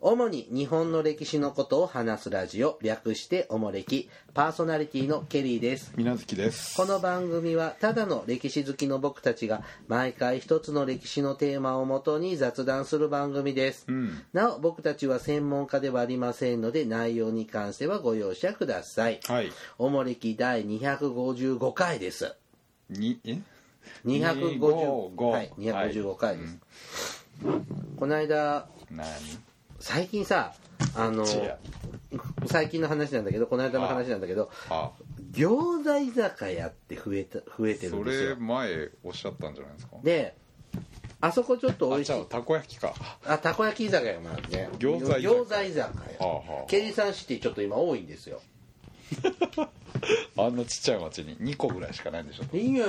主に日本の歴史のことを話すラジオ、略しておもれき、パーソナリティのケリーです。 みなずきです。 この番組はただの歴史好きの僕たちが毎回一つの歴史のテーマをもとに雑談する番組です。なお僕たちは専門家ではありませんので、内容に関してはご容赦ください。 はい。 おもれき第255回です。255 はい255回です。この間最近さ、最近の話なんだけど、この間の話なんだけど、餃子居酒屋って増えてるんですよ。 それ前おっしゃったんじゃないですか。 で、あそこちょっと美味しい。 じゃあたこ焼きか。 たこ焼き居酒屋もあるね。 餃子居酒屋。ケリーサンシティちょっと今多いんですよ。 あんなちっちゃい町に2個ぐらいしかないんでしょ。 いや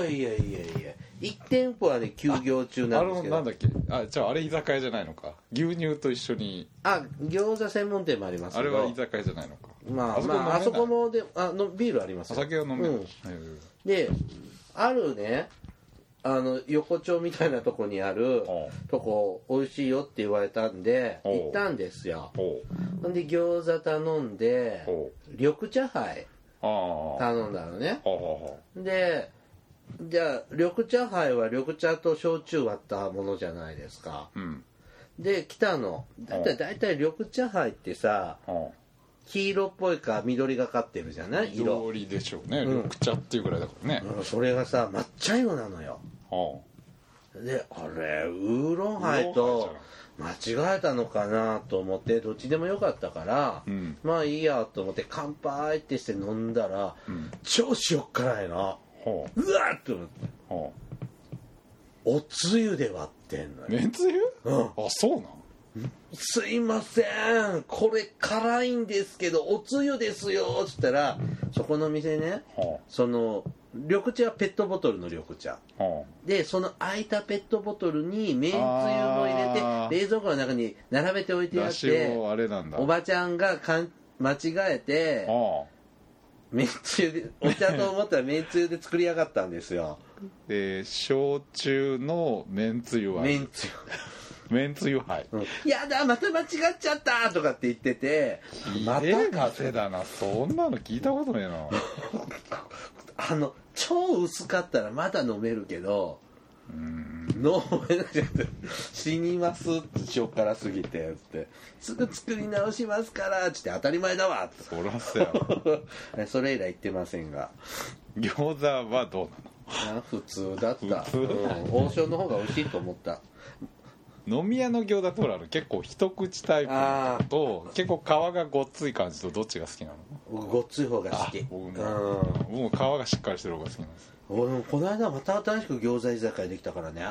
1店舗はね休業中なんですけど。 なんだっけ、じゃああれ居酒屋じゃないのか。牛乳と一緒に。 餃子専門店もありますけど。 あれは居酒屋じゃないのか。 あそこもでビールありますよ。 お酒は飲める。 で、あるね、横丁みたいなとこにあるとこ美味しいよって言われたんで行ったんですよ。ほんで餃子頼んで緑茶杯頼んだのね。で、じゃあ緑茶杯は緑茶と焼酎割ったものじゃないですか。で来たの。だいたい緑茶杯ってさ、黄色っぽいか緑がかってるじゃない。 緑でしょうね。緑茶っていうぐらいだからね。 それがさ抹茶色なのよ。で、あれウーロンハイと間違えたのかなと思って、どっちでもよかったから、まあいいやと思って乾杯ってして飲んだら、超塩っ辛いの。うわっと思って、おつゆで割ってんのよ。 めんつゆ？そうなん？ すいません、これ辛いんですけどおつゆですよっつったら、そこの店ね、その緑茶はペットボトルの緑茶、でその空いたペットボトルにめんつゆも入れて冷蔵庫の中に並べておいてあって、おばちゃんが間違えてめんつゆでお茶と思ったらめんつゆで作りやがったんですよ。 焼酎のめんつゆはめんつゆ杯、 やだまた間違っちゃったとかって言ってて、 また風だな。そんなの聞いたことねえな。 超薄かったらまだ飲めるけど、飲めなくて死にますって塩辛すぎてってすぐ作り直しますからって当たり前だわって。 そらせやそれ以来言ってませんが、 餃子はどうなの？ 普通だった。王将の方が美味しいと思った。 飲み屋の餃子と結構一口タイプと結構皮がごっつい感じとどっちが好きなの？ ごっつい方が好き。 僕も皮がしっかりしてる方が好きなんです。 俺もこの間また新しく餃子居酒屋できたからね。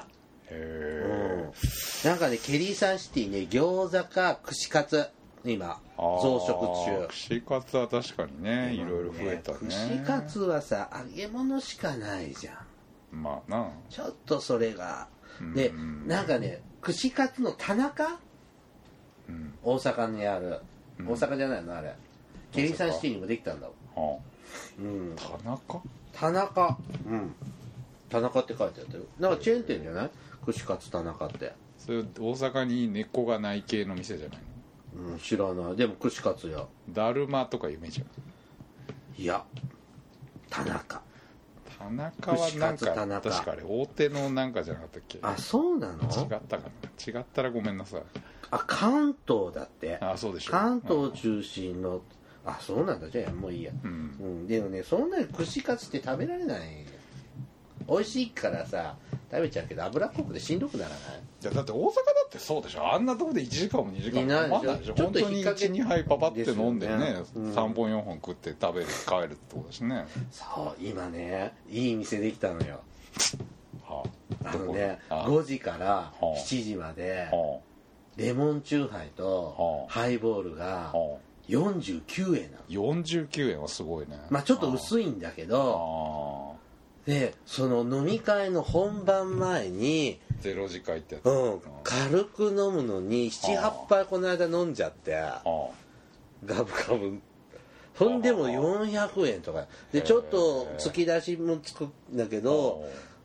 なんかね、ケリーサンシティね、餃子か串カツ今増殖中。 串カツは確かにね、いろいろ増えたね。 串カツはさ揚げ物しかないじゃん。 まあな、 ちょっとそれがで、なんかね、串カツの田中、大阪にある、大阪じゃないのあれ、ケリーサンシティにもできたんだもん。田中田中って書いてあったよ。なんかチェーン店じゃない？串カツ田中って。 それ大阪に根っこがない系の店じゃないの？ 知らない。でも串カツやだるまとか有名じゃん。 いや田中はなんか確かあれ大手のなんかじゃなかったっけ？ そうなの？ 違ったかな。違ったらごめんなさい。 関東だって。 そうでしょ。 関東中心のそうなんだ。じゃあもういいや。でもね、そんなに串カツって食べられない。美味しいからさ食べちゃうけど脂っこくてしんどくならない？ だって大阪だってそうでしょ。あんなとこで1時間も2時間も飲まないでしょ。本当に 1,2 杯パパって飲んでね、3本4本食って食べる帰るってことだしね。 そう今ねいい店できたのよ。5時から7時までレモンチューハイとハイボールが49円なの。 49円はすごいね。 ちょっと薄いんだけど、でその飲み会の本番前にゼロ次会ってやつ、 軽く飲むのに 7,8 杯この間飲んじゃってガブガブ。ほんでも400円とかでちょっと突き出しもつくんだけど、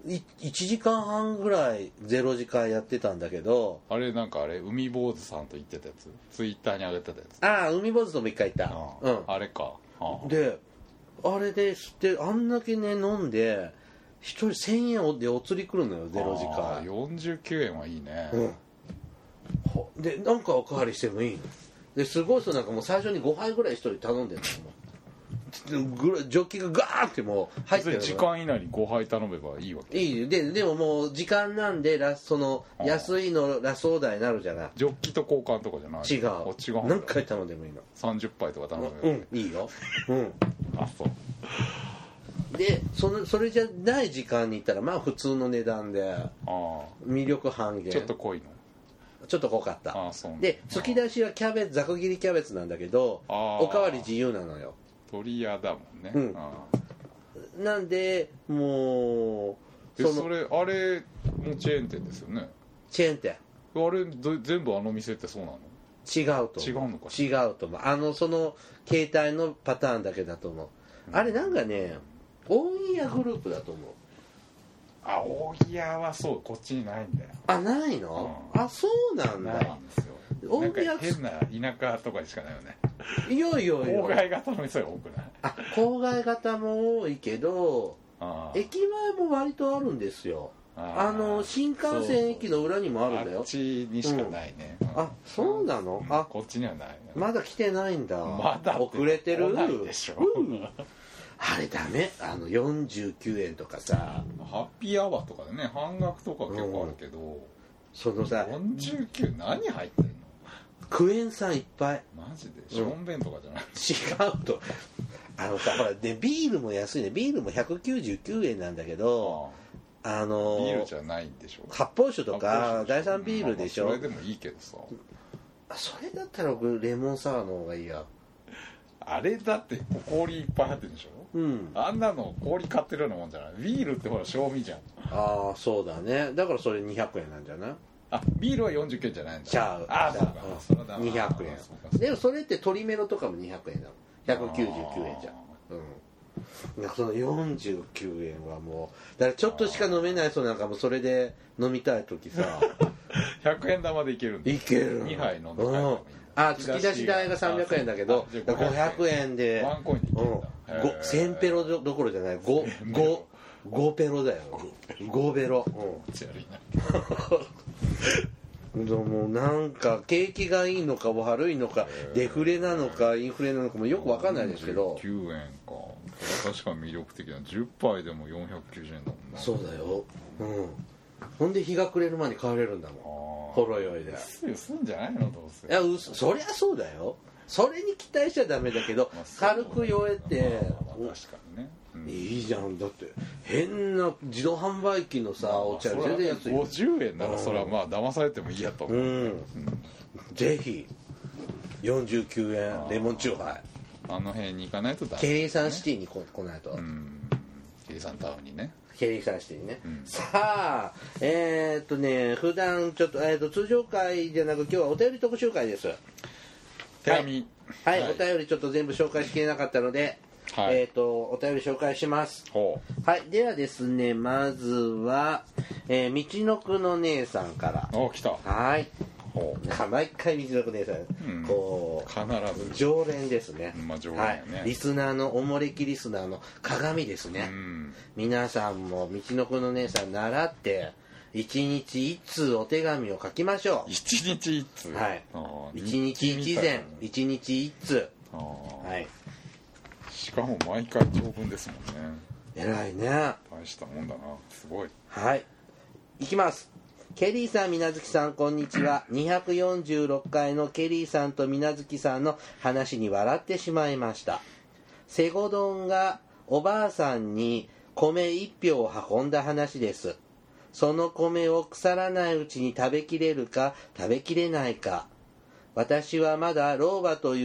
1時間半ぐらい0時間やってたんだけど、 あれなんか海坊主さんと言ってたやつ、ツイッターに上げてたやつ。 ああ、海坊主とも一回行った。うん、 あれか。 であれでしてあんだけね飲んで1人1000円でお釣り来るのよ、0時間。 49円はいいね。 でなんかおかわりしてもいいのですごい人なんかもう最初に5杯ぐらい1人頼んでるの。ジョッキがガーってもう入ってる。 時間以内に5杯頼めばいいわけ。 いいでももう時間なんでその安いのラストオーダーになるじゃない。 ジョッキと交換とかじゃない。 違う。何回頼んでもいいの。 30杯とか頼めばいいよ。 あ、そうでそれじゃない時間に行ったらまあ普通の値段で魅力半減。 ちょっと濃いの。 ちょっと濃かった。 そうで突き出しはざく切りキャベツなんだけどおかわり自由なのよ。 鶏屋だもんね。 なんでもうそれあれもチェーン店ですよね。 チェーン店。 あれ全部店ってそうなの？ 違うと思う。 違うのか。 違うと思う。その携帯のパターンだけだと思う。あれなんかね、大井屋グループだと思う。 大井屋はそう、こっちにないんだよ。 ないの？そうなんだ。 ないんですよ。なんか変な田舎とかにしかないよね。 いや郊外型の店が多くない？ 郊外型も多いけど駅前も割とあるんですよ。新幹線駅の裏にもあるんだよ。 あっちにしかないね。 そうなの？ こっちにはない。 まだ来てないんだ。 まだ遅れてる。 ないでしょ。 あれダメ。49円とかさ、 ハッピーアワーとかでね、半額とか結構あるけど、 そのさ 49何入ってんの？ クエン酸いっぱい。 マジでションベンとかじゃない？ 違うとほらでビールも安いね。ビールも199円なんだけどビールじゃないんでしょ。 発泡酒とか第3ビールでしょ。 それでもいいけどさ。 それだったら僕レモンサワーの方がいいや。 あれだって氷いっぱい入ってるでしょ。あんなの氷買ってるようなもんじゃない。ビールってほら賞味じゃん。 そうだね。だからそれ200円なんじゃない？ ビールは40円じゃないんだ。 ちゃう。 そうか。 200円。でもそれって鶏メロとかも200円だもん。199円じゃん。その49円はもうだからちょっとしか飲めない人なんかもそれで飲みたい時さ 100円玉でいけるんだ。 いける。 2杯飲んで帰るのに。 突き出し代が300円だけど500円でワンコインでいけるんだ。 1000ペロどころじゃない5ペロだよ。5ベロ。もうなんか景気がいいのか悪いのかデフレなのかインフレなのかもよく分かんないですけど。 9円か。確かに魅力的な。10杯でも490円だもんな。 そうだよ。ほんで日が暮れる前に帰れるんだもん。ほろ酔いで。 すんじゃないのどうせ。 いやそりゃそうだよ。それに期待しちゃダメだけど軽く酔えて。 確かにね。 いいじゃん。だって変な自動販売機のさお茶全然安い。 50円ならそれはまあ騙されてもいいやと思う。 ぜひ49円レモンチューハイ辺に行かないとダメ。 ケリーサンシティに来ないと。 ケリーサンタウンにね。 ケリーサンシティにね。さあ普段ちょっと通常回じゃなく今日はお便り特集会です。 手紙。 はい、お便りちょっと全部紹介しきれなかったので、お便り紹介します。はい、ではですね、まずは、道のくの姉さんから。 来た。 はい。毎回道のく姉さん、 必ず常連ですね。 常連ね。 リスナーのおもれきリスナーの鏡ですね。皆さんも道のくの姉さん習って1日1通お手紙を書きましょう。 1日1通。 はい。1日1膳、1日1通。はい。 しかも毎回長文ですもんね。 偉いね。 大したもんだな。すごい。 はい。いきます。ケリーさん、みなずきさん、こんにちは。246回のケリーさんとみなずきさんの話に笑ってしまいました。セゴ丼がおばあさんに米1俵を運んだ話です。その米を腐らないうちに食べきれるか食べきれないか。私はまだ老婆と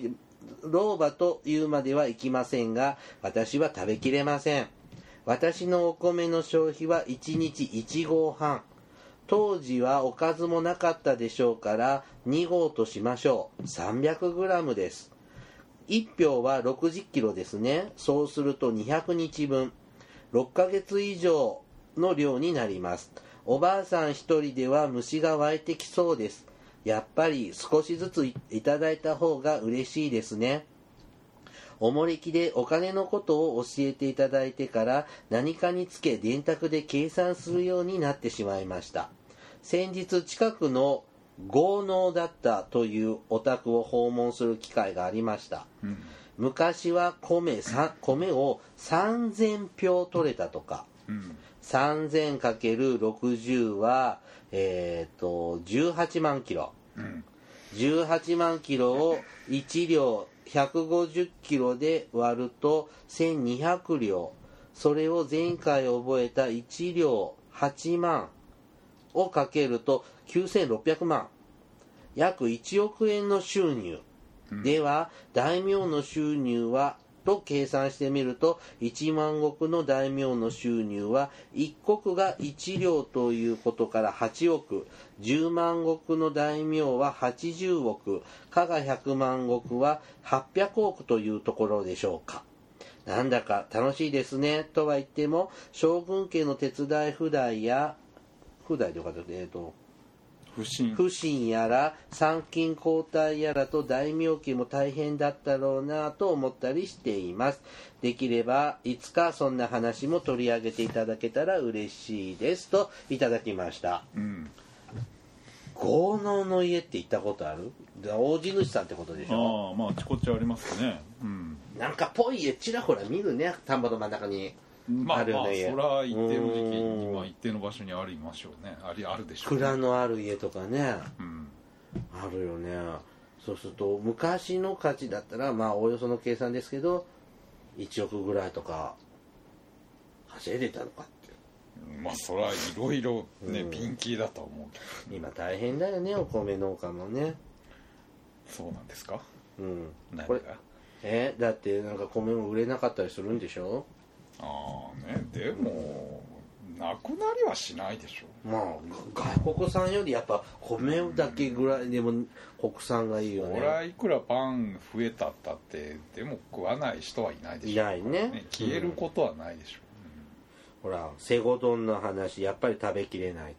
いうまではいきませんが、私は食べきれません。私のお米の消費は1日1合半。当時はおかずもなかったでしょうから2合としましょう。300g です。1俵は60キロですね。そうすると200日分。6ヶ月以上の量になります。おばあさん一人では虫が湧いてきそうです。やっぱり少しずついただいた方が嬉しいですね。おもれきでお金のことを教えていただいてから何かにつけ電卓で計算するようになってしまいました。先日近くの豪農だったというお宅を訪問する機会がありました。昔は米を3000俵取れたとか、3000×60 は、18万キロ、18万キロを1両150キロで割ると1200両、それを前回覚えた1両8万をかけると9600万、約1億円の収入、では大名の収入はと計算してみると、1万石の大名の収入は1石が1両ということから8億、10万石の大名は80億、加賀100万石は800億というところでしょうか。なんだか楽しいですねとは言っても、将軍家の手伝い不代や不審やら参勤交代やらと大名家も大変だったろうなと思ったりしています。できればいつかそんな話も取り上げていただけたら嬉しいですといただきました。豪農の家って行ったことある？大地主さんってことでしょ。 あちこちありますね。 なんかぽい家ちらほら見るね、田んぼの真ん中に。 そら一定の時期には一定の場所にありましょうね。あるでしょうね。 蔵のある家とかね、あるよね。そうすると昔の価値だったらおおよその計算ですけど1億ぐらいとか稼いでたのかって。 そらいろいろね、ピンキーだと思うけど今大変だよね、お米農家もね。 そうなんですか。 何がだってなんか米も売れなかったりするんでしょ。 でもなくなりはしないでしょ。 外国産よりやっぱ米だけぐらいでも国産がいいよね。 そりゃいくらパン増えたったってでも食わない人はいないでしょ。 いないね。 消えることはないでしょ。 ほらセゴ丼の話やっぱり食べきれないって。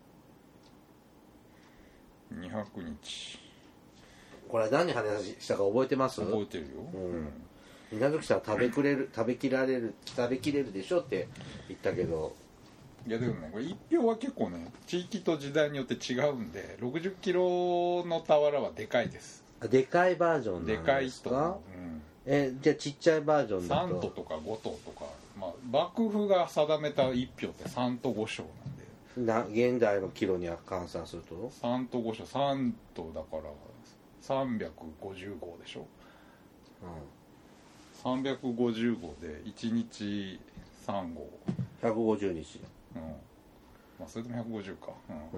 200日これ何話したか覚えてます？ 覚えてるよ。 稲月さん食べきれるでしょって言ったけど、 いやでもね、これ1票は結構ね地域と時代によって違うんで、60キロの俵はでかいです。 でかいバージョンなんですか？じゃあちっちゃいバージョンだと 3都とか5都とか、幕府が定めた1票って3都5省なんで、現代のキロには換算すると 3都5省、3都だから350号でしょ。350号で1日3号 150日、 それでも150か、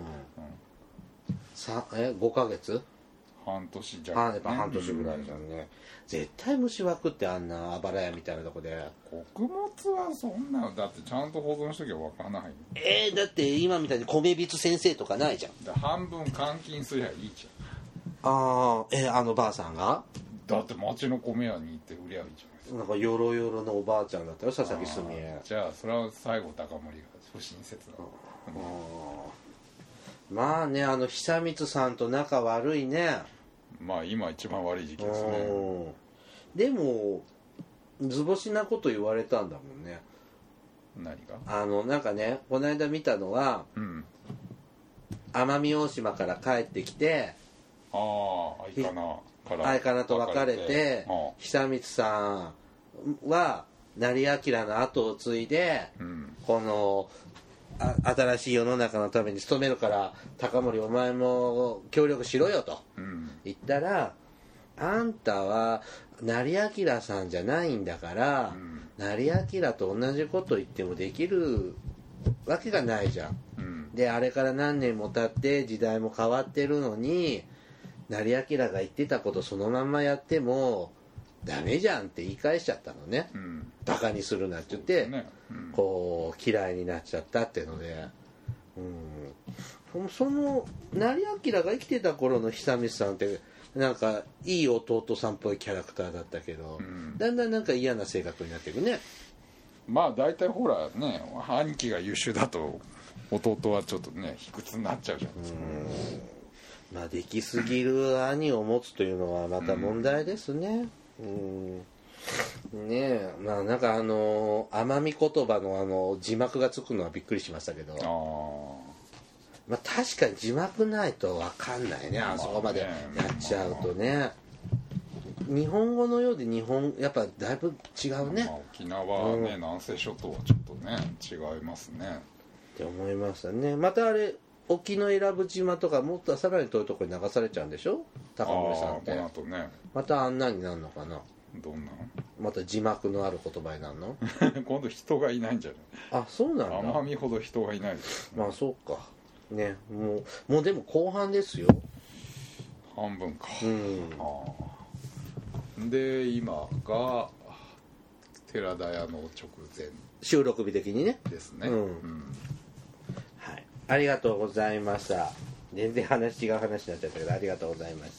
5ヶ月半年弱、 やっぱ半年ぐらいじゃんね。絶対虫湧くって、あんなあばら屋みたいなとこで。 穀物はそんなのだってちゃんと保存しときゃ湧かない。 だって今みたいに米びつ先生とかないじゃん。 半分換金すりゃいいじゃん。あのばあさんがだって町の米屋に行って売りゃいいじゃん。 なんかヨロヨロのおばあちゃんだったら佐々木すみえ。 じゃあそれは西郷隆盛が不親切だ。 久光さんと仲悪いね。 今一番悪い時期ですね。 でも図星なこと言われたんだもんね。 何が？ なんかね、この間見たのは、奄美大島から帰ってきて、相方と別れて、久光さんは成明の後を継いで、この新しい世の中のために努めるから高森お前も協力しろよと言ったら、あんたは成明さんじゃないんだから、成明と同じこと言ってもできるわけがないじゃん。であれから何年も経って時代も変わってるのに、成明が言ってたことそのまんまやってもダメじゃんって言い返しちゃったのね。バカにするなって言って、こう嫌いになっちゃったっていうので、その成明が生きてた頃の久光さんってなんかいい弟さんっぽいキャラクターだったけど、だんだんなんか嫌な性格になっていくね。 まあ大体ほらね、兄貴が優秀だと弟はちょっとね卑屈になっちゃうじゃないですか。 まあできすぎる兄を持つというのはまた問題ですね。ねえ、まあなんか奄美言葉の字幕がつくのはびっくりしましたけど、まあ確かに字幕ないと分かんないね、あそこまでやっちゃうとね。日本語のようでやっぱだいぶ違うね。 沖縄ね、南西諸島はちょっとね違いますねって思いましたね。またあれ沖永良部島とかもっとさらに遠いところに流されちゃうんでしょ、高森さんって。 この後ねまたあんなになるのかな。 どんなまた字幕のある言葉になるの今度人がいないんじゃない。 あ、そうなんだ。 奄美ほど人がいないです、 まあそうかね。もうでも後半ですよ。 半分か。で今が寺田屋の直前収録日的にねですね。 はい、ありがとうございました。全然違う話になっちゃったけどありがとうございました。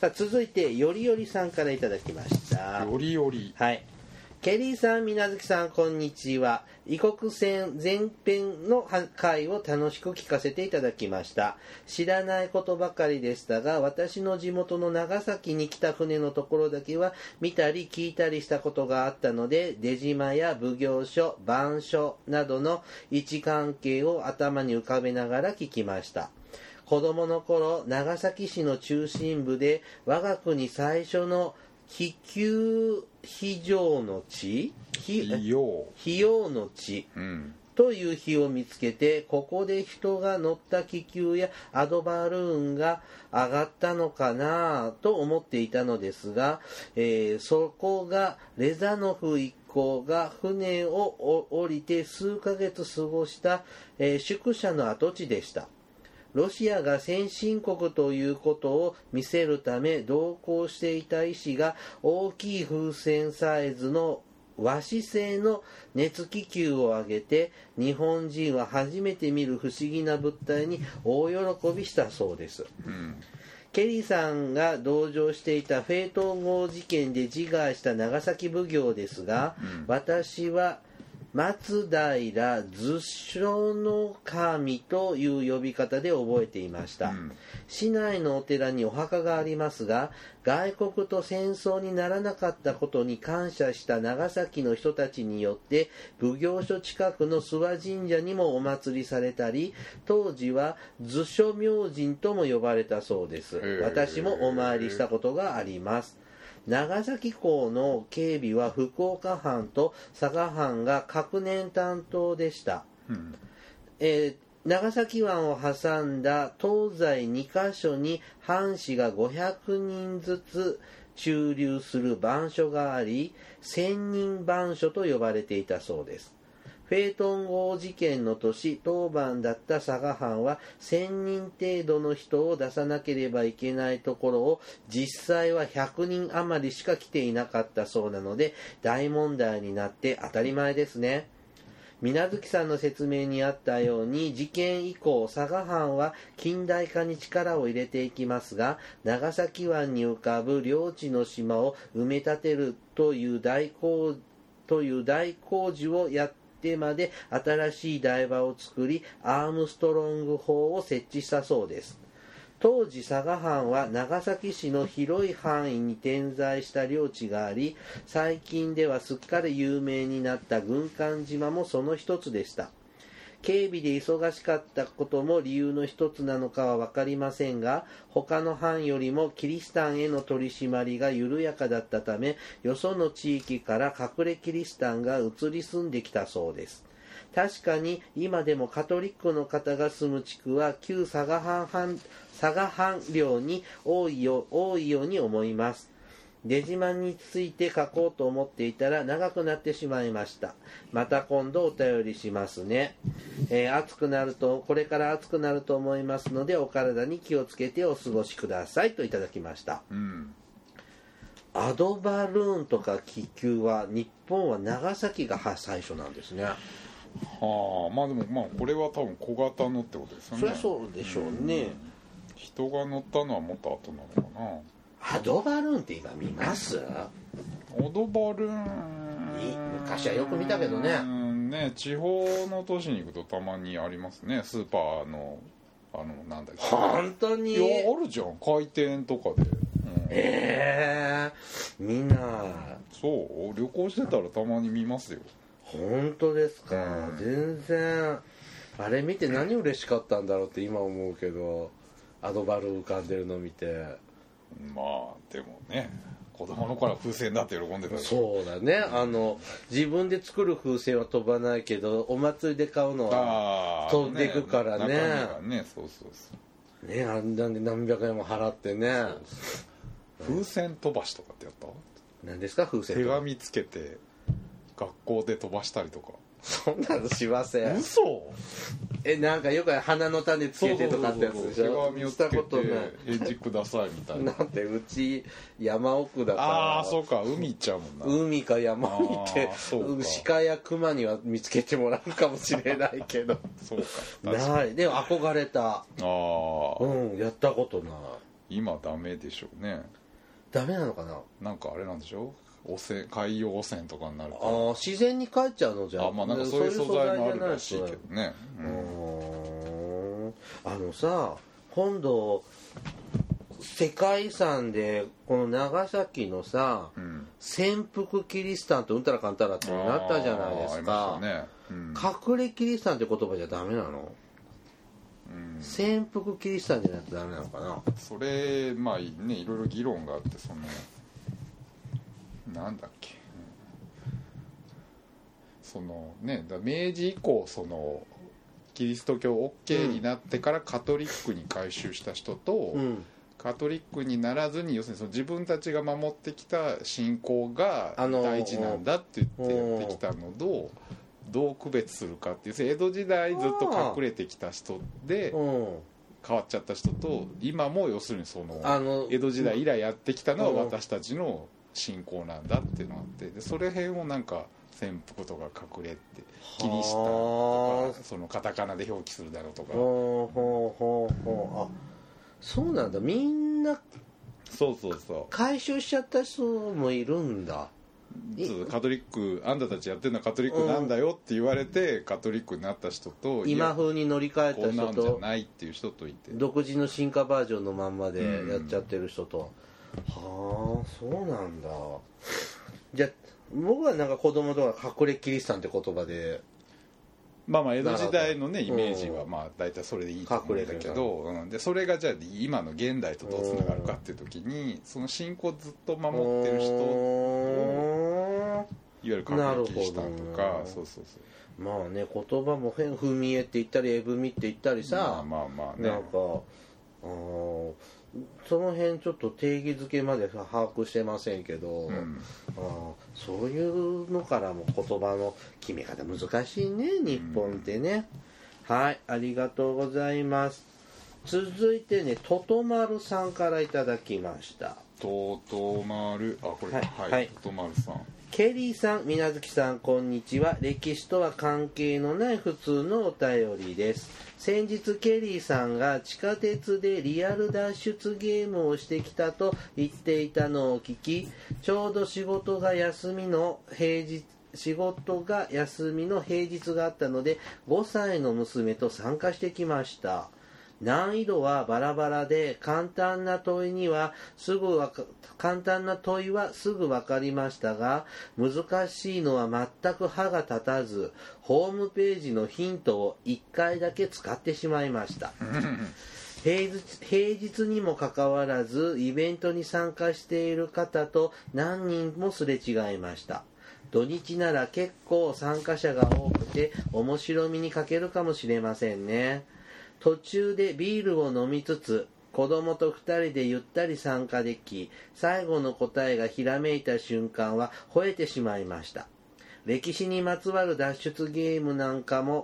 さあ続いてよりよりさんからいただきました。 よりより、 はい。ケリーさん、みなずきさん、こんにちは。異国船前編の回を楽しく聞かせていただきました。知らないことばかりでしたが、私の地元の長崎に来た船のところだけは見たり聞いたりしたことがあったので、出島や奉行所、番所などの位置関係を頭に浮かべながら聞きました。子供の頃、長崎市の中心部で我が国最初の気球飛上の地飛揚の地という日を見つけて、ここで人が乗った気球やアドバルーンが上がったのかなと思っていたのですが、そこがレザノフ一行が船を降りて数ヶ月過ごした、宿舎の跡地でした。ロシアが先進国ということを見せるため同行していた医師が大きい風船サイズの和紙製の熱気球を上げて、日本人は初めて見る不思議な物体に大喜びしたそうです。ケリーさんが同乗していたフェートン号事件で自害した長崎奉行ですが、私は松平図書の神という呼び方で覚えていました。市内のお寺にお墓がありますが、外国と戦争にならなかったことに感謝した長崎の人たちによって奉行所近くの諏訪神社にもお祭りされたり、当時は図書明神とも呼ばれたそうです。私もお参りしたことがあります。長崎港の警備は福岡藩と佐賀藩が各年担当でした。長崎湾を挟んだ東西2カ所に藩士が500人ずつ駐留する番所があり、千人番所と呼ばれていたそうです。フェートン号事件の年、当番だった佐賀藩は1000人程度の人を出さなければいけないところを、実際は100人余りしか来ていなかったそうなので、大問題になって当たり前ですね。水無月さんの説明にあったように、事件以降佐賀藩は近代化に力を入れていきますが、長崎湾に浮かぶ領地の島を埋め立てるという大工事をやってまで新しい台場を作り、アームストロング砲を設置したそうです。当時佐賀藩は長崎市の広い範囲に点在した領地があり、最近ではすっかり有名になった軍艦島もその一つでした。警備で忙しかったことも理由の一つなのかは分かりませんが、他の藩よりもキリシタンへの取り締まりが緩やかだったため、よその地域から隠れキリシタンが移り住んできたそうです。確かに今でもカトリックの方が住む地区は旧佐賀藩領に多いように思います。出島について書こうと思っていたら長くなってしまいました。また今度お便りしますね。これから暑くなると思いますので、お体に気をつけてお過ごしくださいといただきました。アドバルーンとか気球は日本は長崎が最初なんですね。 まあでもこれは多分小型のってことですよね。 そりゃそうでしょうね。 人が乗ったのはもっと後なのかな。 アドバルーンって今見ます？ アドバルーン昔はよく見たけどね。 ね、地方の都市に行くとたまにありますね、スーパーのなんだっけ、 本当に。 いやあるじゃん、開店とかで、 みんなそう旅行してたらたまに見ますよ。 本当ですか、全然あれ見て何嬉しかったんだろうって今思うけど、アドバル浮かんでるの見て。 まあでもね、子供の頃は風船だって喜んでた。 そうだね、自分で作る風船は飛ばないけどお祭りで買うのは飛んでいくからね。 中身がね、そうそうそうね、あんなんで何百円も払ってね。 そう風船飛ばしとかってやった？ 何ですか風船？ 手紙つけて学校で飛ばしたりとか。 そんなのしません。 嘘？ なんかよく花の種つけてとかってやつでしょ。 手紙をつけて返事くださいみたいな。 なんてうち山奥だから。 ああそうか、海行っちゃうもんな。 海か山に行って鹿や熊には見つけてもらうかもしれないけどそうか、 ないでも憧れた。 ああ、 やったことない。 今ダメでしょうね。 ダメなのかな。 なんかあれなんでしょう、海洋汚染とかになるから。 自然に帰っちゃうのじゃ。 まあなんかそういう素材もあるらしいけどね。 さ、今度世界遺産でこの長崎のさ、潜伏キリシタンとうんたらかんたらってなったじゃないですか。隠れキリシタンって言葉じゃダメなの？潜伏キリシタンじゃないとダメなのかな。 それまあね、いろいろ議論があって、なんだっけ、明治以降キリスト教 OK になってからカトリックに改宗した人と、カトリックにならずに、要するに自分たちが守ってきた信仰が大事なんだって言ってやってきたのをどう区別するかっていう、江戸時代ずっと隠れてきた人で変わっちゃった人と、今も要するに江戸時代以来やってきたのは私たちの信仰なんだっていうのがあって、でそれ辺をなんか潜伏とか隠れってキリシタンとかカタカナで表記するだろうとか。 あ、そうなんだ。みんなそう回収しちゃった人もいるんだ。 カトリック、あんたたちやってるのはカトリックなんだよって言われてカトリックになった人と、 今風に乗り換えた人と、 こんなんじゃないっていう人といて、 独自の進化バージョンのまんまでやっちゃってる人と、はあ、そうなんだ。じゃあ僕はなんか子供とか隠れキリシタンって言葉で、 まあ江戸時代のねイメージはまあ大体それでいいと思うんだけど、でそれがじゃあ今の現代とどうつながるかっていう時に、その信仰をずっと守ってる人をいわゆる隠れキリシタンとか、 まあね、言葉も踏み絵って言ったり絵踏みって言ったりさ、 まあね、 なんかその辺ちょっと定義づけまで把握してませんけど、そういうのからも言葉の決め方難しいね、日本ってね。はい、ありがとうございます。続いてね、ととまるさんからいただきました。 ととまる、これはい、ととまるさん。 ケリーさん、みなずきさん、こんにちは。歴史とは関係のない普通のお便りです。先日ケリーさんが地下鉄でリアル脱出ゲームをしてきたと言っていたのを聞き、ちょうど仕事が休みの平日があったので、5歳の娘と参加してきました。難易度はバラバラで、簡単な問いはすぐ分かりましたが、難しいのは全く歯が立たず、ホームページのヒントを1回だけ使ってしまいました。平日にもかかわらず、イベントに参加している方と何人もすれ違いました。土日なら結構参加者が多くて面白みに欠けるかもしれませんね。途中でビールを飲みつつ子供と2人でゆったり参加でき、最後の答えがひらめいた瞬間は吠えてしまいました。歴史にまつわる脱出ゲームなんかも、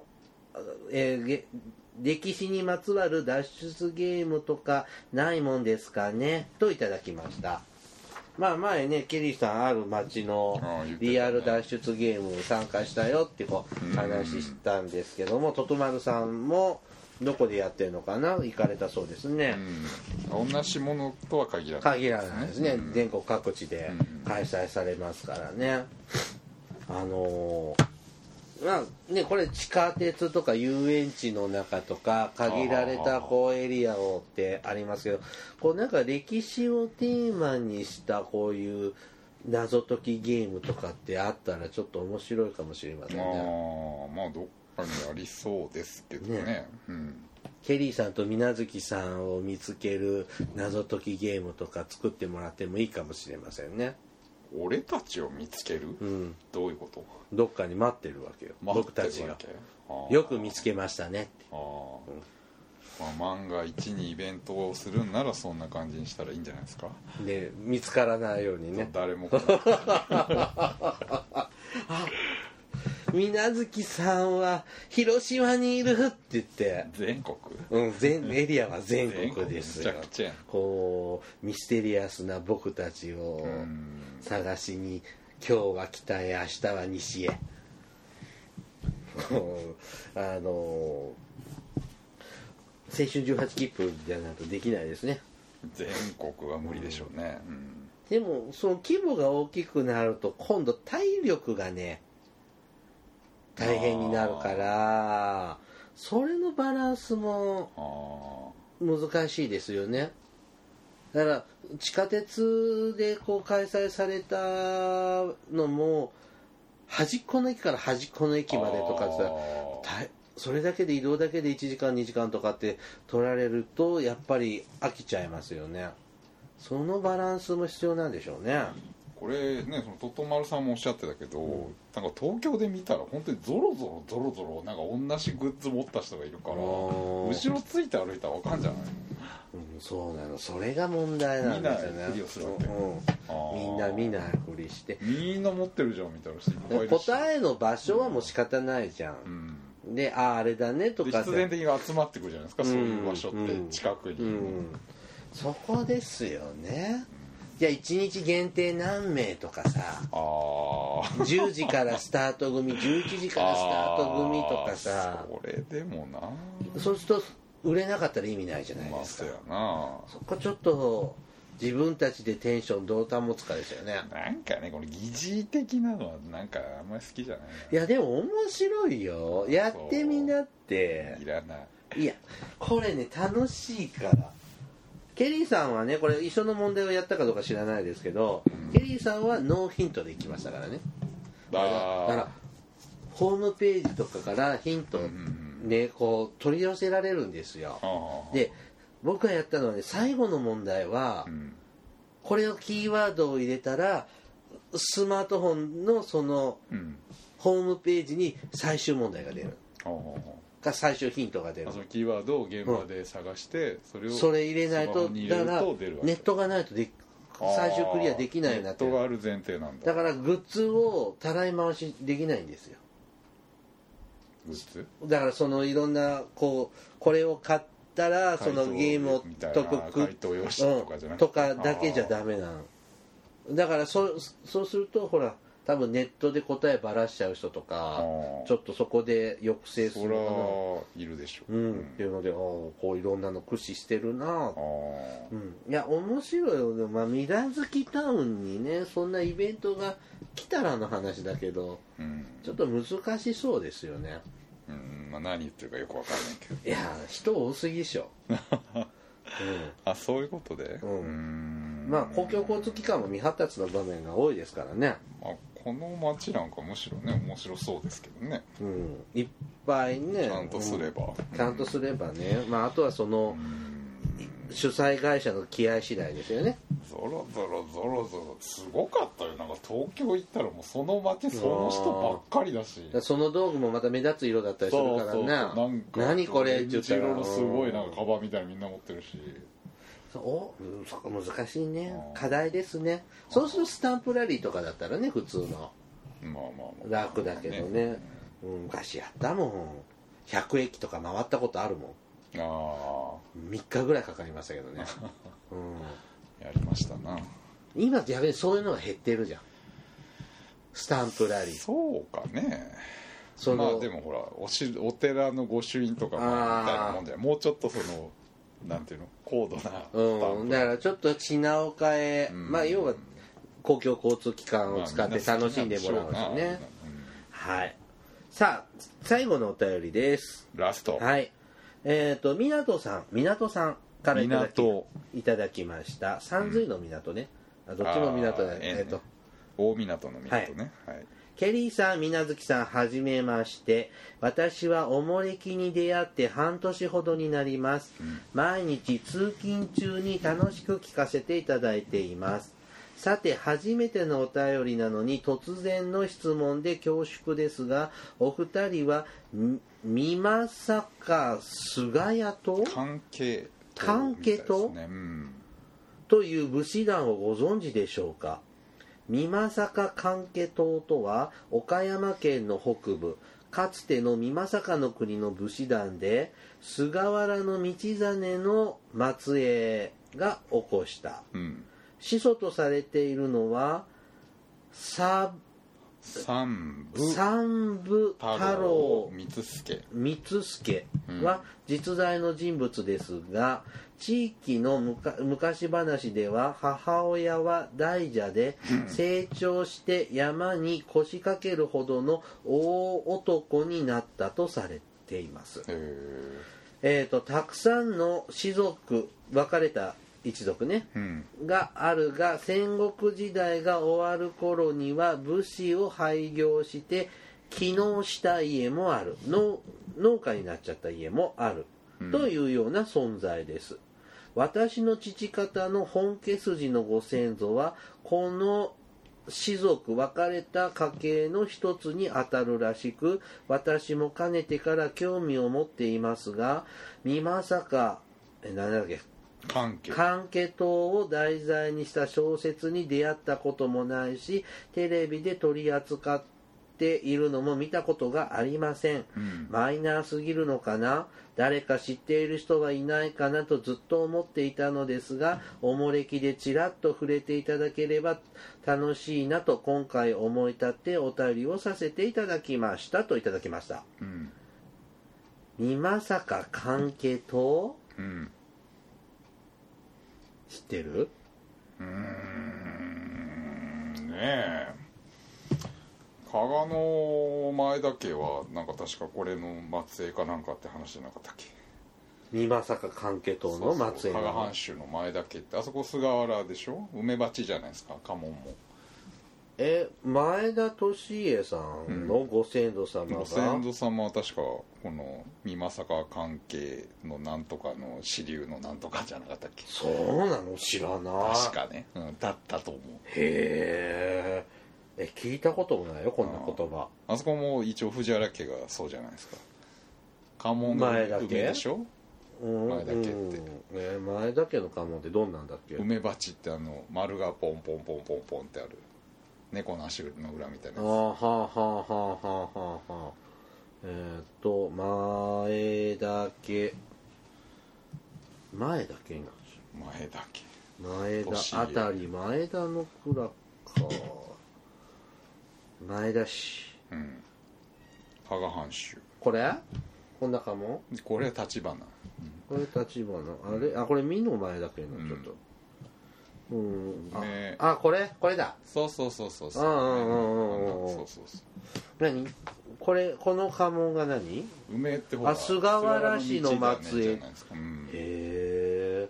歴史にまつわる脱出ゲームとかないもんですかね、といただきました。まあ前ね、ケリーさんある街のリアル脱出ゲームに参加したよって話したんですけども、ととまるさんもどこでやってるのかな、行かれたそうですね。 同じものとは限らないですね。全国各地で開催されますからね。 まあね、これ地下鉄とか遊園地の中とか限られたこうエリアをってありますけど、こうなんか歴史をテーマにしたこういう謎解きゲームとかってあったらちょっと面白いかもしれませんね。 まあどっかにありそうですけどね。うん、 ケリーさんと水月さんを見つける謎解きゲームとか作ってもらってもいいかもしれませんね。 俺たちを見つける、どういうこと？ どっかに待ってるわけよ、僕たちが。よく見つけましたねって。 万が一にイベントをするんならそんな感じにしたらいいんじゃないですか。 で見つからないようにね。 誰も水月さんは広島にいるって言って、 全国、 全エリアは全国ですよ。 めちゃくちゃやん。 こうミステリアスな僕たちを探しに、今日は北へ明日は西へ青春18切符じゃないとできないですね。 全国は無理でしょうね。 でもその規模が大きくなると今度体力がね大変になるから、それのバランスも難しいですよね。だから地下鉄でこう開催されたのも端っこの駅から端っこの駅までとかさ、それだけで移動だけで1時間2時間とかって取られるとやっぱり飽きちゃいますよね。そのバランスも必要なんでしょうね。 これね、そのトトマルさんもおっしゃってたけど、なんか東京で見たら本当にゾロゾロなんか同じグッズ持った人がいるから、後ろついて歩いたらわかんじゃない？ そうなの。それが問題なんですよね。 見ないふりをするわけ。 みんな見ないふりしてみんな持ってるじゃんみたいな人いっぱいいるし、 答えの場所はもう仕方ないじゃん。で、あれだねとか必然的に集まってくるじゃないですか、そういう場所って近くに。 そこですよね。じゃあ1日限定何名とかさ、10時からスタート組、11時からスタート組とかさ、 それでもな、 そうすると売れなかったら意味ないじゃないですか。そこちょっと自分たちでテンションどう保つかですよね。 なんかね、この疑似的なのはなんかあんまり好きじゃない。 いやでも面白いよ、やってみなって。 いらない。 いやこれね楽しいから。ケリーさんはね、これ一緒の問題をやったかどうか知らないですけど、ケリーさんはノーヒントでいきましたからね。だからホームページとかからヒントね、こう取り寄せられるんですよ。で僕がやったのはね、最後の問題は、これをキーワードを入れたらスマートフォンのそのホームページに最終問題が出るか最終ヒントが出る。 そのキーワードを現場で探して、 それ入れないと、だからネットがないと最終クリアできないようになってる。 ネットがある前提なんだ。 だからグッズをたらい回しできないんですよ。 グッズだからそのいろんなこれを買ったらそのゲームを解くとかだけじゃダメなの。だからそうするとほら多分ネットで答えばらしちゃう人とかちょっとそこで抑制するのいるでしょう、っていうのでこういろんなの駆使してるな。いや面白いよね。まあ水月タウンにねそんなイベントが来たらの話だけど、ちょっと難しそうですよね。 まあ何言ってるかよくわかんないけど。 いや人多すぎでしょ。 そういうことで。 まあ公共交通機関も未発達の場面が多いですからね。 この街なんかむしろね面白そうですけどね。 いっぱいねちゃんとすれば、 ね。まああとはその主催会社の気合次第ですよね。 ゾロゾロすごかったよ。なんか東京行ったらもうその街その人ばっかりだし、 その道具もまた目立つ色だったりするからね。 なんか何これって言ったらすごいなんかカバンみたいなみんな持ってるし。 そこ難しいね。課題ですね。そうするとスタンプラリーとかだったらね普通の楽だけどね。昔やったもん。100駅とか回ったことあるもん。3日ぐらいかかりましたけどね。 やりましたな。 今って逆にそういうのが減ってるじゃん。スタンプラリー。 そうかね。まあでもほらお寺の御朱印とかみたいなもんじゃもうちょっとそのなんていうの高度なスタンプ、 だからちょっと品岡へ、まあ要は公共交通機関を使って楽しんでもらうんですね。はい。 さあ最後のお便りです。 ラスト。 はい。港さんからいただきました。三髄の港ね。どっちも港だね。 大港の港ね。はい。 ケリーさん、みなずきさん、はじめまして。私はおもれきに出会って半年ほどになります。毎日通勤中に楽しく聞かせていただいています。さて、初めてのお便りなのに突然の質問で恐縮ですが、お二人は美作菅谷と関係と、という武士団をご存知でしょうか。美作関係党とは岡山県の北部、かつての美作の国の武士団で、菅原道真の末裔が起こした。始祖とされているのは三部太郎光助は実在の人物ですが、地域の昔話では母親は大蛇で成長して山に腰掛けるほどの大男になったとされています。たくさんの士族、分かれた一族ね、があるが、戦国時代が終わる頃には武士を廃業して帰農した家もある、農家になっちゃった家もある、というような存在です。私の父方の本家筋のご先祖はこの士族、分かれた家系の一つにあたるらしく、私もかねてから興味を持っていますが、美作関係党を題材にした小説に出会ったこともないし、テレビで取り扱っているのも見たことがありません。マイナーすぎるのかな、誰か知っている人はいないかなとずっと思っていたのですが、おもれきでちらっと触れていただければ楽しいなと今回思い立ってお便りをさせていただきましたといただきました。美作関係党、知ってる？ ねえ、加賀の前田家はなんか確かこれの末裔かなんかって話じゃなかったっけ。 美作関係党の末裔加賀藩主の前田家って、あそこ菅原でしょ、梅鉢じゃないですか、家紋も。 前田利家さんのご先祖様が、 ご先祖様は確かこの美作関係のなんとかの支流のなんとかじゃなかったっけ。 そうなの？知らない。 確かね、だったと思う。 へえ、聞いたこともないよこんな言葉。 あそこも一応藤原家がそうじゃないですか。家紋が梅でしょ、前田家って。 前田家の家紋ってどんなんだっけ。 梅鉢って丸がポンポンポンポンポンってある猫の足の裏みたいなやつ。前田家あたり、前田の蔵か、前田市、 加賀藩主。 こんなかも。 これは立花、 これ立花、これ美の前田家になっちゃった。これだ。 そう何この家紋が何？ 梅ってほら菅原氏の末裔。へえ。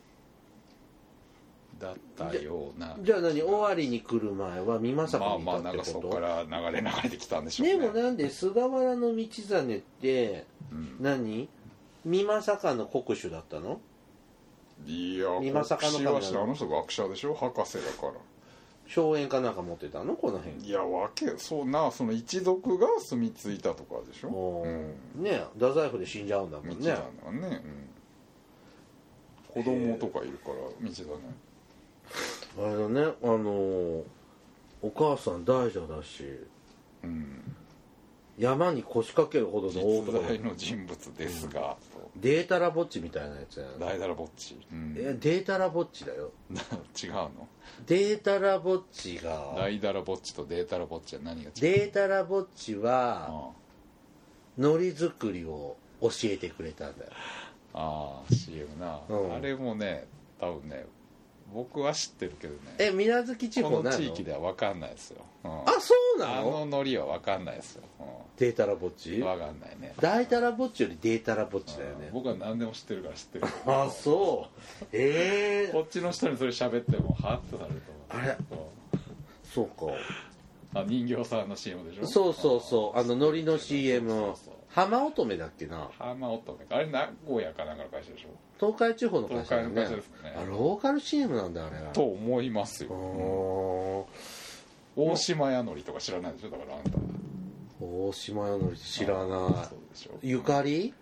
だったような。 じゃあ何、尾張に来る前は美作にいたってこと？ なんかそこから流れてきたんでしょうね。 でもなんで菅原道真って、何？美作の国主だったの？ いや、国主はあの人学者でしょ、博士だから。 荘園かなんか持ってたのこの辺。 いや、その一族が住み着いたとかでしょ。 ね、太宰府で死んじゃうんだもんね。 子供とかいるから道だね。 あれだね、お母さん大蛇だし、山に腰掛けるほどの大男。 実在の人物ですが、 データラぼっちみたいなやつやな。 大だらぼっち、 データラぼっちだよ。 違うの？ データラぼっちが、 大だらぼっちとデータラぼっちは何が違う？ データラぼっちは海苔作りを教えてくれたんだよ。 CM な、あれもね多分ね僕は知ってるけどね。 水無月地方なの？ この地域では分かんないですよ、 あ、そうなの？ ノリは分かんないですよ、 データラぼっち？ 分かんないね。 大たらぼっちよりデータラぼっちだよね。 僕は何でも知ってるから知ってる。 あ、そう。 こっちの人にそれ喋ってもハッとされると思う。 あれ、そうか。 人形さんの CM でしょ。 そう、ノリの CM。浜乙女だっけな。 浜乙女か、あれ名古屋かなんかの会社でしょ。 東海地方の会社だね。 東海の会社ですね。 ローカル CM なんだあれは。 と思いますよ。大島屋のりとか知らないでしょ。だからあんた大島屋のり知らない。 そうでしょ。 ゆかり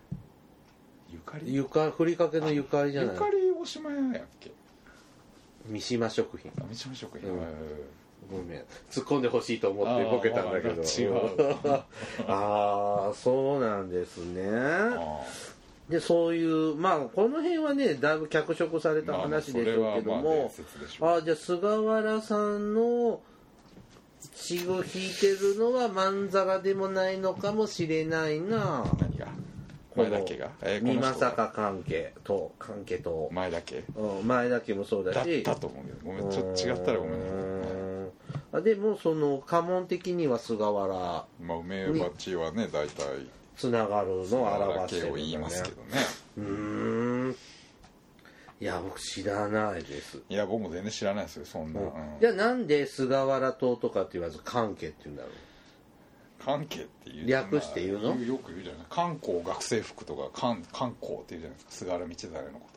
ふりかけのゆかりじゃない。 ゆかり大島屋やっけ。 三島食品。 三島食品、 ごめん、突っ込んでほしいと思ってボケたんだけど。 違う。 ああ、そうなんですね。で、そういうこの辺はねだいぶ脚色された話でしょうけども、じゃあ菅原さんの血を引いてるのはまんざらでもないのかもしれないな。 何が？前田家が？ 美作関係と前田家？ 前田家もそうだし。 だったと思うけど、ごめん、ちょっと違ったらごめん。 でもその家紋的には菅原。 梅鉢はね大体つながるのを表してるんだね。 を言いますけどね。 いや僕知らないです。 いや僕も全然知らないですよそんな。 じゃあなんで菅原党とかって言わず関係って言うんだろう。 関係っていう略して言うの？ よく言うじゃない。観光学生服とか観光って言うじゃないですか。菅原道真のこと。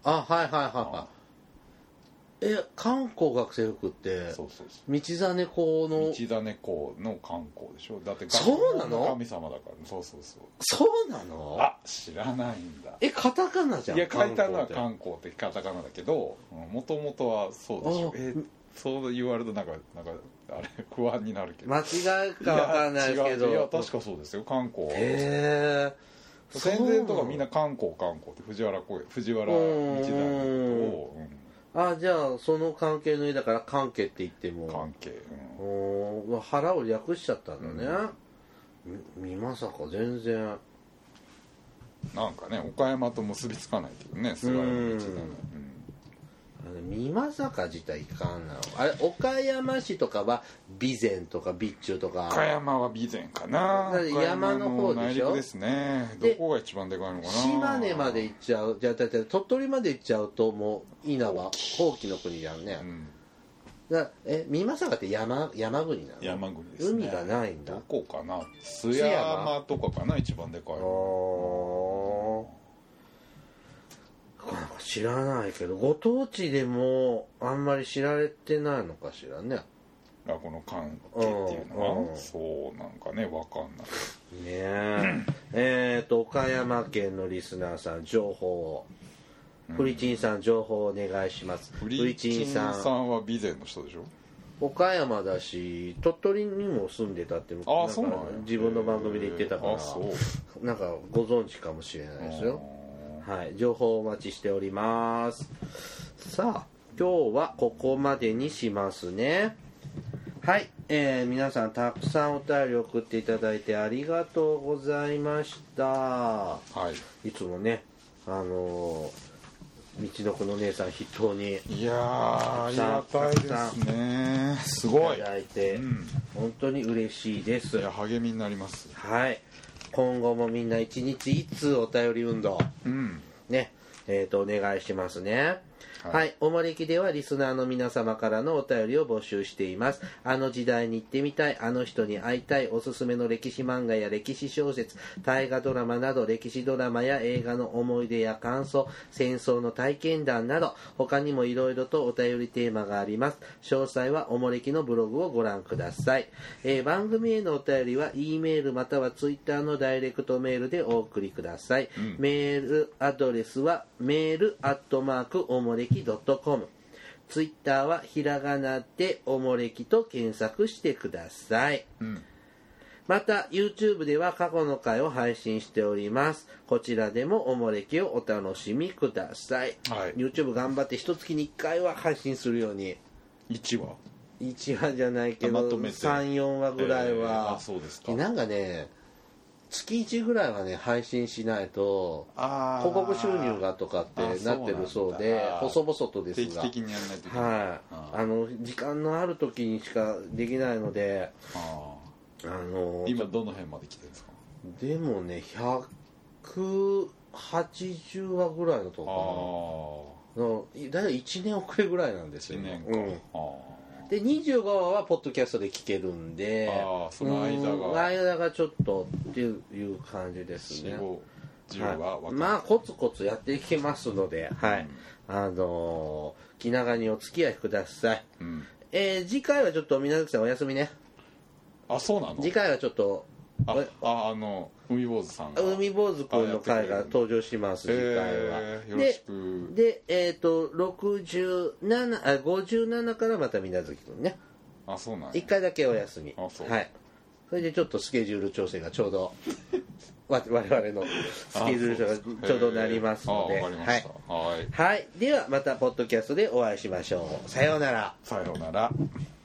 はい。観光学生服って道真公の道真公の観光でしょ。だってそうなの？ 神様だから。そうそうなの？ 知らないんだ。 カタカナじゃん。 いや書いたのは観光ってカタカナだけどもともとはそうでしょ。そう言われるとなんかあれ不安になるけど。 間違いか分かんないですけど。 いや確かそうですよ。観光。 戦前とかみんな観光って藤原道真のことを。 じゃあその関係の絵だから関係って言っても関係、 腹を略しちゃったんだね。まさか全然なんかね岡山と結びつかないけどね菅原道真。 美作自体いかんなの。あれ岡山市とかは備前とか備中とか。 岡山は備前かな。 山の方でしょ。 内陸ですね。どこが一番でかいのかな。 島根まで行っちゃう。じゃあ鳥取まで行っちゃうともう稲葉ほうきの国じゃんね。美作って山国なの？ 山国ですね。 海がないんだ。 どこかな。津山とかかな一番でかいの。 知らないけどご当地でもあんまり知られてないのかしらね。 この関係っていうのはそうなんかね分かんないね。岡山県のリスナーさん情報をフリチンさん情報お願いします。 フリチンさんは備前の人でしょ。 岡山だし鳥取にも住んでたって自分の番組で言ってたからなんかご存知かもしれないですよ。はい、情報お待ちしております。さあ今日はここまでにしますね。はい、皆さんたくさんお便り送っていただいてありがとうございました。はい、いつもね道のくの姉さん筆頭にいやありがたいですね。すごいいただいて、 本当に嬉しいです。 いや励みになります。 はい、今後もみんな一日いつお便り運動、ねお願いしますね。はい、おもれきではリスナーの皆様からのお便りを募集しています。あの時代に行ってみたい、あの人に会いたい、おすすめの歴史漫画や歴史小説、大河ドラマなど歴史ドラマや映画の思い出や感想、戦争の体験談など他にもいろいろとお便りテーマがあります。詳細はおもれきのブログをご覧ください。番組へのお便りは E メールまたは Twitter のダイレクトメールでお送りください。メールアドレスはメール@おもれき.com、ツイッターはひらがなでおもれきと検索してください。また YouTube では過去の回を配信しております。こちらでもおもれきをお楽しみください。YouTube 頑張って1月に1回は配信するように。1話じゃないけど 3,4 話ぐらいは。 そうですか。 なんかね月1ぐらいはね配信しないと広告収入がとかってなってるそうで細々とですが定期的にやらないといけない、 はい、時間のある時にしかできないので今どの辺まで来てるんですか？ でもね180話ぐらいのとこかなだいたい1年遅れぐらいなんですよね。1年か、で25話はポッドキャストで聞けるんでその間がちょっとっていう感じですね。 10話、 はい、まあコツコツやっていきますので、はい、気長にお付き合いください、次回はちょっと水無月さんお休みね。 そうなの？ 次回はちょっと海坊主さんが海坊主君の回が登場します。次回はよろしく。 で57からまた水無月君ね。 そうなん 1回だけお休み。 はい。 それでちょっとスケジュール調整がちょうど我々のスケジュールがちょうどなりますので、はい、ではまたポッドキャストでお会いしましょう。さようなら。 さようなら。